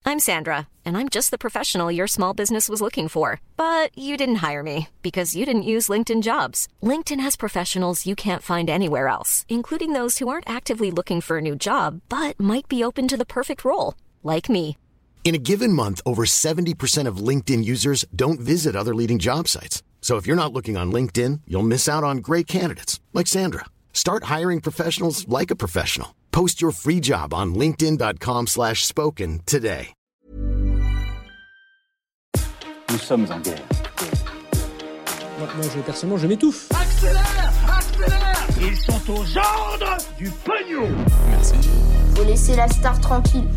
I'm Sandra, and I'm just the professional your small business was looking for. But you didn't hire me because you didn't use LinkedIn Jobs. LinkedIn has professionals you can't find anywhere else, including those who aren't actively looking for a new job, but might be open to the perfect role, like me. In a given month, over 70% of LinkedIn users don't visit other leading job sites. So if you're not looking on LinkedIn, you'll miss out on great candidates like Sandra. Start hiring professionals like a professional. Post your free job on linkedin.com/spoken today. Nous sommes en guerre. Moi, personnellement, je m'étouffe. Accélère! Accélère! Ils sont aux ordres du pognon! Merci. Faut laisser la star tranquille.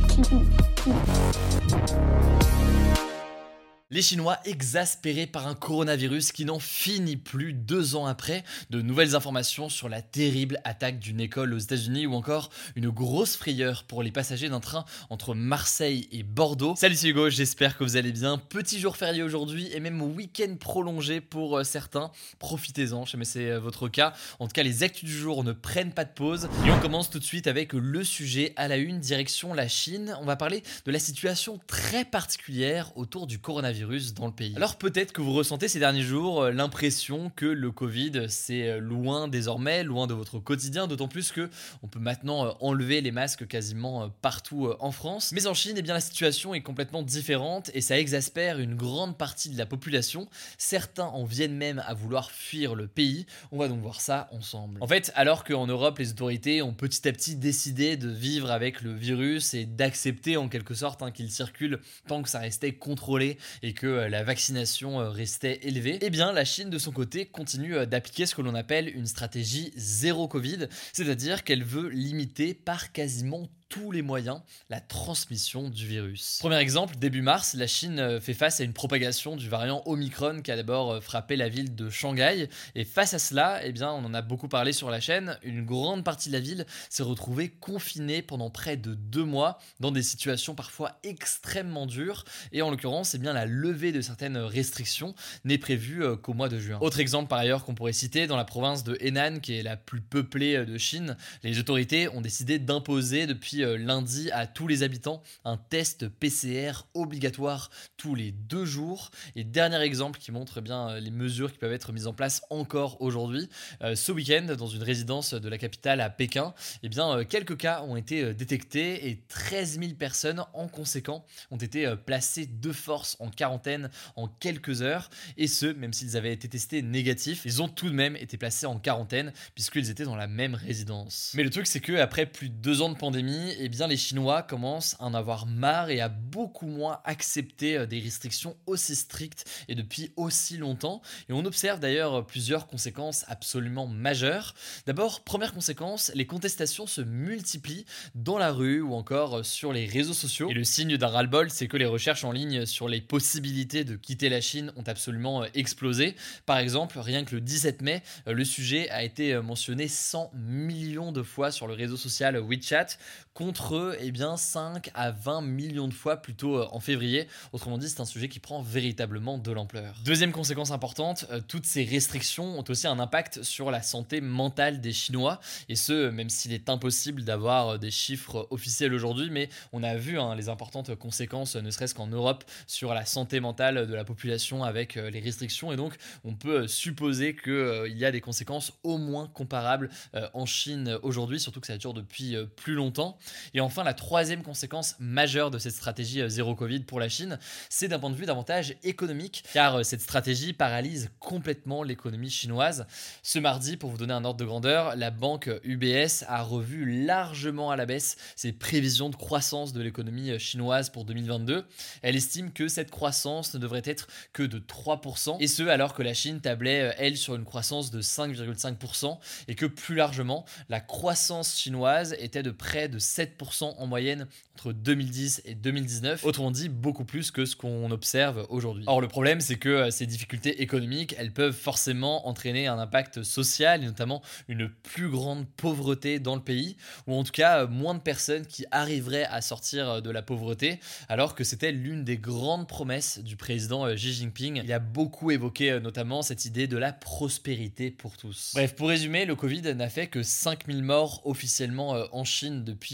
Les Chinois exaspérés par un coronavirus qui n'en finit plus 2 ans après, de nouvelles informations sur la terrible attaque d'une école aux États-Unis ou encore une grosse frayeur pour les passagers d'un train entre Marseille et Bordeaux. Salut, c'est Hugo, j'espère que vous allez bien. Petit jour férié aujourd'hui et même week-end prolongé pour certains. Profitez-en, je sais mais c'est votre cas. En tout cas, les actus du jour ne prennent pas de pause. Et on commence tout de suite avec le sujet à la une, direction la Chine. On va parler de la situation très particulière autour du coronavirus dans le pays. Alors peut-être que vous ressentez ces derniers jours l'impression que le Covid c'est loin désormais, loin de votre quotidien, d'autant plus que on peut maintenant enlever les masques quasiment partout en France. Mais en Chine, eh bien la situation est complètement différente et ça exaspère une grande partie de la population. Certains en viennent même à vouloir fuir le pays. On va donc voir ça ensemble. En fait, alors qu'en Europe, les autorités ont petit à petit décidé de vivre avec le virus et d'accepter en quelque sorte qu'il circule tant que ça restait contrôlé et que la vaccination restait élevée, eh bien la Chine de son côté continue d'appliquer ce que l'on appelle une stratégie zéro Covid, c'est-à-dire qu'elle veut limiter par quasiment tous les moyens la transmission du virus. Premier exemple, début mars, la Chine fait face à une propagation du variant Omicron qui a d'abord frappé la ville de Shanghai. Et face à cela, eh bien, on en a beaucoup parlé sur la chaîne, une grande partie de la ville s'est retrouvée confinée pendant près de 2 mois dans des situations parfois extrêmement dures. Et en l'occurrence, eh bien, la levée de certaines restrictions n'est prévue qu'au mois de juin. Autre exemple par ailleurs qu'on pourrait citer, dans la province de Henan, qui est la plus peuplée de Chine, les autorités ont décidé d'imposer depuis lundi à tous les habitants un test PCR obligatoire tous les 2 jours. Et dernier exemple qui montre bien les mesures qui peuvent être mises en place encore aujourd'hui, ce week-end dans une résidence de la capitale à Pékin, eh bien quelques cas ont été détectés et 13 000 personnes en conséquent ont été placées de force en quarantaine en quelques heures, et ce même s'ils avaient été testés négatifs, ils ont tout de même été placés en quarantaine puisqu'ils étaient dans la même résidence. Mais le truc c'est que après plus de 2 ans de pandémie, eh bien les Chinois commencent à en avoir marre et à beaucoup moins accepter des restrictions aussi strictes et depuis aussi longtemps. Et on observe d'ailleurs plusieurs conséquences absolument majeures. D'abord, première conséquence, les contestations se multiplient dans la rue ou encore sur les réseaux sociaux. Et le signe d'un ras-le-bol, c'est que les recherches en ligne sur les possibilités de quitter la Chine ont absolument explosé. Par exemple, rien que le 17 mai, le sujet a été mentionné 100 millions de fois sur le réseau social WeChat, contre eh bien 5 à 20 millions de fois plutôt en février. Autrement dit, c'est un sujet qui prend véritablement de l'ampleur. Deuxième conséquence importante, toutes ces restrictions ont aussi un impact sur la santé mentale des Chinois, et ce, même s'il est impossible d'avoir des chiffres officiels aujourd'hui, mais on a vu les importantes conséquences, ne serait-ce qu'en Europe, sur la santé mentale de la population avec les restrictions, et donc on peut supposer qu'il y a des conséquences au moins comparables en Chine aujourd'hui, surtout que ça dure depuis plus longtemps. Et enfin, la troisième conséquence majeure de cette stratégie zéro Covid pour la Chine, c'est d'un point de vue davantage économique, car cette stratégie paralyse complètement l'économie chinoise. Ce mardi, pour vous donner un ordre de grandeur, la banque UBS a revu largement à la baisse ses prévisions de croissance de l'économie chinoise pour 2022. Elle estime que cette croissance ne devrait être que de 3%, et ce alors que la Chine tablait, elle, sur une croissance de 5,5%, et que plus largement, la croissance chinoise était de près de 7% en moyenne entre 2010 et 2019, autrement dit beaucoup plus que ce qu'on observe aujourd'hui. Or le problème, c'est que ces difficultés économiques, elles peuvent forcément entraîner un impact social et notamment une plus grande pauvreté dans le pays, ou en tout cas moins de personnes qui arriveraient à sortir de la pauvreté, alors que c'était l'une des grandes promesses du président Xi Jinping. Il a beaucoup évoqué notamment cette idée de la prospérité pour tous. Bref, pour résumer, le Covid n'a fait que 5000 morts officiellement en Chine depuis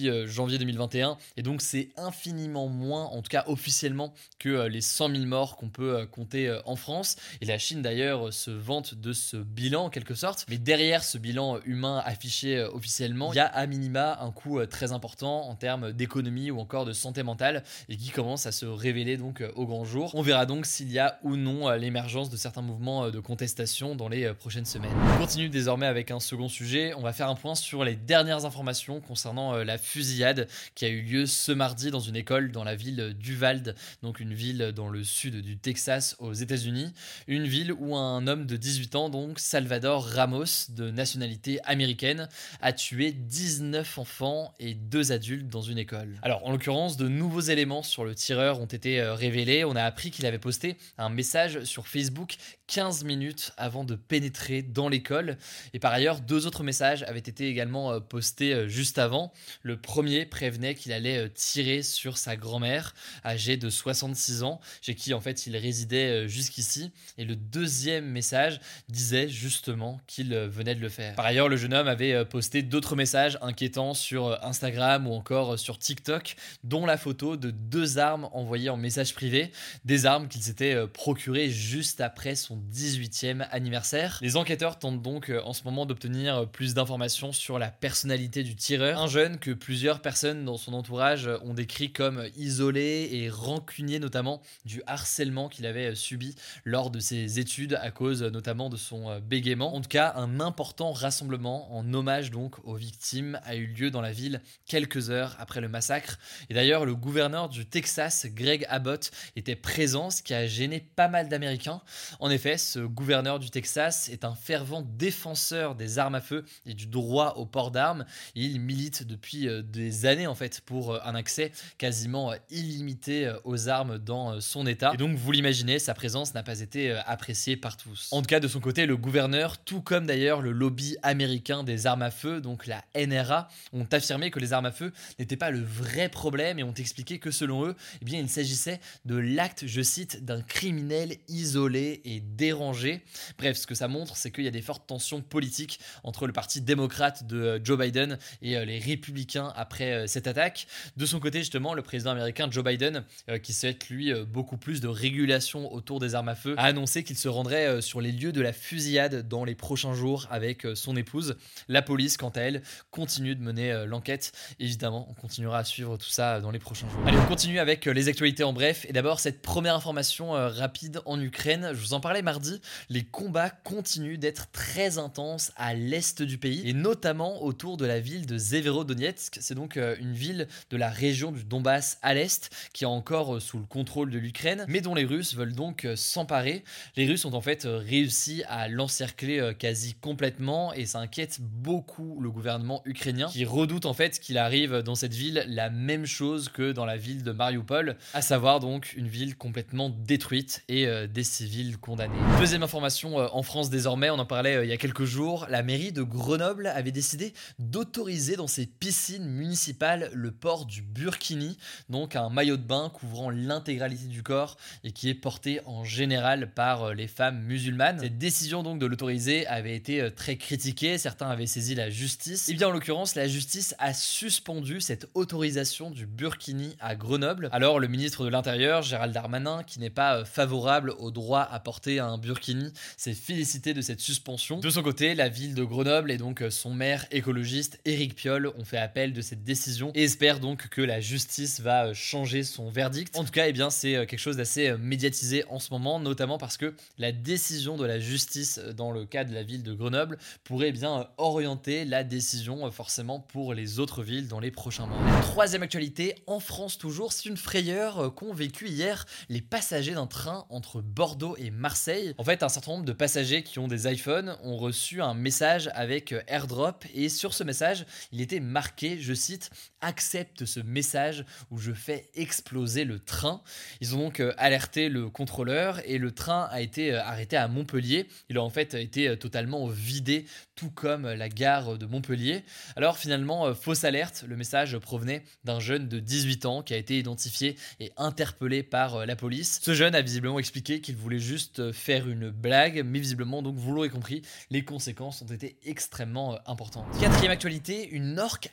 depuis janvier 2021 et donc c'est infiniment moins, en tout cas officiellement, que les 100 000 morts qu'on peut compter en France. Et la Chine d'ailleurs se vante de ce bilan en quelque sorte, mais derrière ce bilan humain affiché officiellement, il y a à minima un coût très important en termes d'économie ou encore de santé mentale et qui commence à se révéler donc au grand jour. On verra donc s'il y a ou non l'émergence de certains mouvements de contestation dans les prochaines semaines. On continue désormais avec un second sujet. On va faire un point sur les dernières informations concernant la fusillade qui a eu lieu ce mardi dans une école dans la ville d'Uvalde, donc une ville dans le sud du Texas aux États-Unis. Une ville où un homme de 18 ans, donc Salvador Ramos, de nationalité américaine, a tué 19 enfants et 2 adultes dans une école. Alors en l'occurrence, de nouveaux éléments sur le tireur ont été révélés. On a appris qu'il avait posté un message sur Facebook 15 minutes avant de pénétrer dans l'école. Et par ailleurs, 2 autres messages avaient été également postés juste avant. Le premier prévenait qu'il allait tirer sur sa grand-mère, âgée de 66 ans, chez qui en fait il résidait jusqu'ici. Et le deuxième message disait justement qu'il venait de le faire. Par ailleurs, le jeune homme avait posté d'autres messages inquiétants sur Instagram ou encore sur TikTok, dont la photo de 2 armes envoyées en message privé, des armes qu'il s'était procurées juste après son 18e anniversaire. Les enquêteurs tentent donc en ce moment d'obtenir plus d'informations sur la personnalité du tireur, un jeune que plusieurs personnes dans son entourage ont décrit comme isolé et rancunier, notamment du harcèlement qu'il avait subi lors de ses études à cause notamment de son bégaiement. En tout cas, un important rassemblement en hommage donc aux victimes a eu lieu dans la ville quelques heures après le massacre. Et d'ailleurs, le gouverneur du Texas, Greg Abbott, était présent, ce qui a gêné pas mal d'Américains. En effet, ce gouverneur du Texas est un fervent défenseur des armes à feu et du droit au port d'armes. Il milite depuis des années en fait pour un accès quasiment illimité aux armes dans son état. Et donc vous l'imaginez, sa présence n'a pas été appréciée par tous. En tout cas, de son côté, le gouverneur, tout comme d'ailleurs le lobby américain des armes à feu, donc la NRA, ont affirmé que les armes à feu n'étaient pas le vrai problème et ont expliqué que selon eux, eh bien, il s'agissait de l'acte, je cite, d'un criminel isolé et dérangé. Bref, ce que ça montre, c'est qu'il y a des fortes tensions politiques entre le parti démocrate de Joe Biden et les républicains après cette attaque. De son côté, justement, le président américain Joe Biden, qui souhaite lui beaucoup plus de régulation autour des armes à feu, a annoncé qu'il se rendrait sur les lieux de la fusillade dans les prochains jours avec son épouse. La police, quant à elle, continue de mener l'enquête. Évidemment, on continuera à suivre tout ça dans les prochains jours. Allez, on continue avec les actualités en bref. Et d'abord, cette première information rapide en Ukraine. Je vous en parlais mardi. Les combats continuent d'être très intenses à l'est du pays et notamment autour de la ville de Severodonetsk. C'est donc une ville de la région du Donbass à l'est qui est encore sous le contrôle de l'Ukraine, mais dont les Russes veulent donc s'emparer. Les Russes ont en fait réussi à l'encercler quasi complètement et ça inquiète beaucoup le gouvernement ukrainien qui redoute en fait qu'il arrive dans cette ville la même chose que dans la ville de Mariupol, à savoir donc une ville complètement détruite et des civils condamnés. Deuxième information en France désormais, on en parlait il y a quelques jours, la mairie de Grenoble avait décidé d'autoriser dans ses piscines municipales le port du burkini, donc un maillot de bain couvrant l'intégralité du corps et qui est porté en général par les femmes musulmanes. Cette décision donc de l'autoriser avait été très critiquée, certains avaient saisi la justice. Et bien en l'occurrence, la justice a suspendu cette autorisation du burkini à Grenoble. Alors le ministre de l'Intérieur, Gérald Darmanin, qui n'est pas favorable au droit à porter un burkini, s'est félicité de cette suspension. De son côté, la ville de Grenoble et donc son maire écologiste Éric Piolle ont fait appel de cette décision et espèrent donc que la justice va changer son verdict. En tout cas, eh bien, c'est quelque chose d'assez médiatisé en ce moment, notamment parce que la décision de la justice dans le cas de la ville de Grenoble pourrait bien orienter la décision forcément pour les autres villes dans les prochains mois. La troisième actualité, en France toujours, c'est une frayeur qu'ont vécu hier les passagers d'un train entre Bordeaux et Marseille. En fait, un certain nombre de passagers qui ont des iPhones ont reçu un message avec AirDrop et sur ce message, il était marqué, je cite, « Accepte ce message ou je fais exploser le train ». Ils ont donc alerté le contrôleur et le train a été arrêté à Montpellier. Il a en fait été totalement vidé, tout comme la gare de Montpellier. Alors finalement, fausse alerte, le message provenait d'un jeune de 18 ans qui a été identifié et interpellé par la police. Ce jeune a visiblement expliqué qu'il voulait juste faire une blague, mais visiblement, donc vous l'aurez compris, les conséquences ont été extrêmement importantes. Quatrième actualité, une orque a été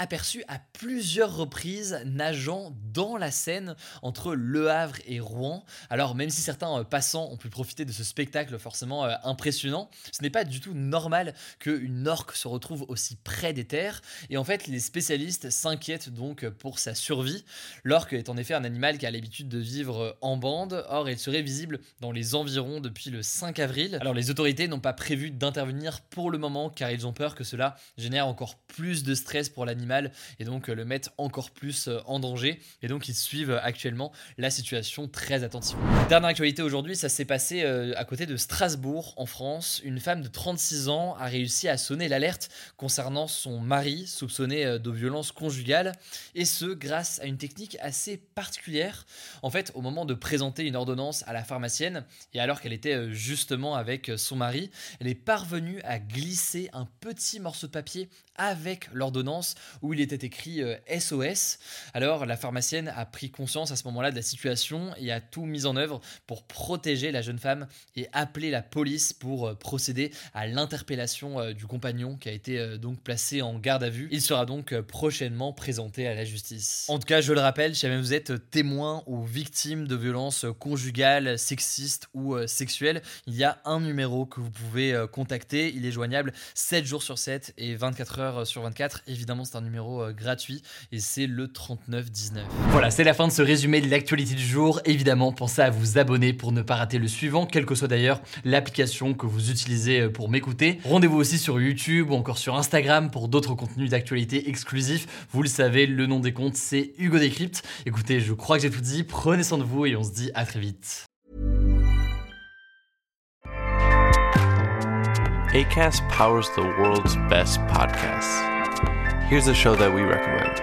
aperçu à plusieurs reprises nageant dans la Seine entre Le Havre et Rouen. Alors même si certains passants ont pu profiter de ce spectacle forcément impressionnant, ce n'est pas du tout normal qu'une orque se retrouve aussi près des terres. Et en fait, les spécialistes s'inquiètent donc pour sa survie. L'orque est en effet un animal qui a l'habitude de vivre en bande. Or, elle serait visible dans les environs depuis le 5 avril. Alors les autorités n'ont pas prévu d'intervenir pour le moment car ils ont peur que cela génère encore plus de stress pour l'animal et donc le mette encore plus en danger. Et donc ils suivent actuellement la situation très attentivement. Dernière actualité aujourd'hui, ça s'est passé à côté de Strasbourg en France. Une femme de 36 ans a réussi à sonner l'alerte concernant son mari soupçonné de violences conjugales et ce grâce à une technique assez particulière. En fait, au moment de présenter une ordonnance à la pharmacienne et alors qu'elle était justement avec son mari, elle est parvenue à glisser un petit morceau de papier avec l'ordonnance où il était écrit SOS. Alors la pharmacienne a pris conscience à ce moment-là de la situation et a tout mis en œuvre pour protéger la jeune femme et appeler la police pour procéder à l'interpellation du compagnon qui a été donc placé en garde à vue. Il sera donc prochainement présenté à la justice. En tout cas, je le rappelle, si jamais vous êtes témoin ou victime de violences conjugales, sexistes ou sexuelles, il y a un numéro que vous pouvez contacter. Il est joignable 7 jours sur 7 et 24 heures sur 24. Évidemment, c'est un numéro gratuit et c'est le 3919. Voilà, c'est la fin de ce résumé de l'actualité du jour. Évidemment, pensez à vous abonner pour ne pas rater le suivant, quelle que soit d'ailleurs l'application que vous utilisez pour m'écouter. Rendez-vous aussi sur YouTube ou encore sur Instagram pour d'autres contenus d'actualité exclusifs. Vous le savez, le nom des comptes, c'est Hugo Décrypte. Écoutez, je crois que j'ai tout dit. Prenez soin de vous et on se dit à très vite. Acast powers the world's best podcasts. Here's a show that we recommend.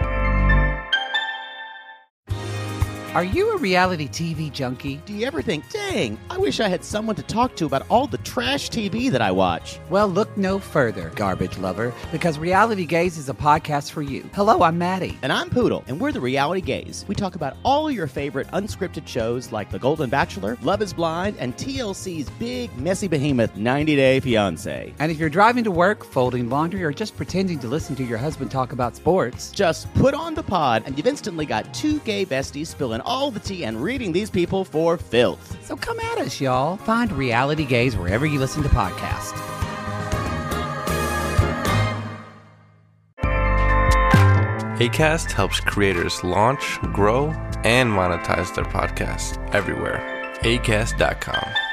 Are you a reality TV junkie? Do you ever think, dang, I wish I had someone to talk to about all the trash TV that I watch? Well, look no further, garbage lover, because Reality Gaze is a podcast for you. Hello, I'm Maddie. And I'm Poodle, and we're the Reality Gaze. We talk about all your favorite unscripted shows like The Golden Bachelor, Love is Blind, and TLC's big, messy behemoth, 90 Day Fiancé. And if you're driving to work, folding laundry, or just pretending to listen to your husband talk about sports, just put on the pod, and you've instantly got two gay besties spilling all the tea and reading these people for filth. So come at us, y'all. Find Reality Gaze wherever you listen to podcasts. Acast helps creators launch, grow, and monetize their podcasts everywhere. Acast.com.